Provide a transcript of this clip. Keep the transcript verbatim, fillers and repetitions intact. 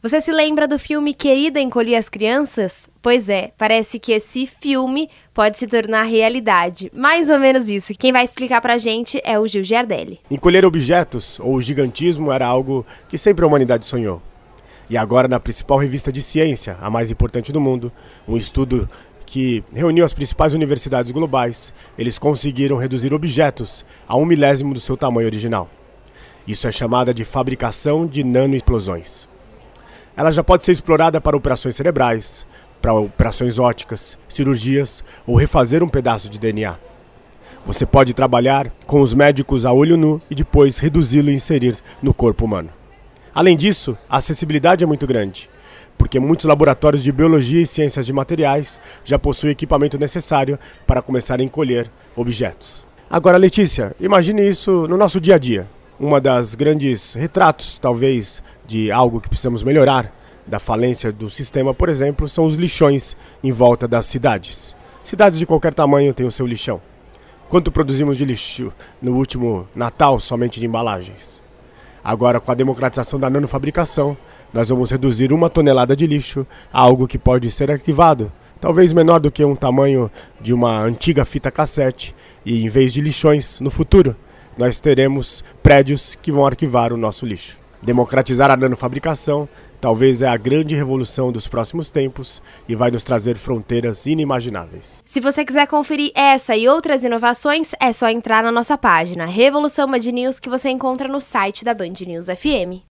Você se lembra do filme Querida, Encolhi as Crianças? Pois é, parece que esse filme pode se tornar realidade. Mais ou menos isso. Quem vai explicar pra gente é o Gil Giardelli. Encolher objetos, ou gigantismo, era algo que sempre a humanidade sonhou. E agora, na principal revista de ciência, a mais importante do mundo, um estudo que reuniu as principais universidades globais, eles conseguiram reduzir objetos a um milésimo do seu tamanho original. Isso é chamada de fabricação de nanoexplosões. Ela já pode ser explorada para operações cerebrais, para operações óticas, cirurgias ou refazer um pedaço de D N A. Você pode trabalhar com os médicos a olho nu e depois reduzi-lo e inserir no corpo humano. Além disso, a acessibilidade é muito grande, porque muitos laboratórios de biologia e ciências de materiais já possuem equipamento necessário para começar a encolher objetos. Agora, Letícia, imagine isso no nosso dia a dia. Uma das grandes retratos, talvez, de algo que precisamos melhorar, da falência do sistema, por exemplo, são os lixões em volta das cidades. Cidades de qualquer tamanho têm o seu lixão. Quanto produzimos de lixo no último Natal somente de embalagens? Agora, com a democratização da nanofabricação, nós vamos reduzir uma tonelada de lixo a algo que pode ser arquivado, talvez menor do que um tamanho de uma antiga fita cassete, e em vez de lixões, no futuro, nós teremos prédios que vão arquivar o nosso lixo. Democratizar a nanofabricação talvez é a grande revolução dos próximos tempos e vai nos trazer fronteiras inimagináveis. Se você quiser conferir essa e outras inovações, é só entrar na nossa página Revolução Band News, que você encontra no site da Band News F M.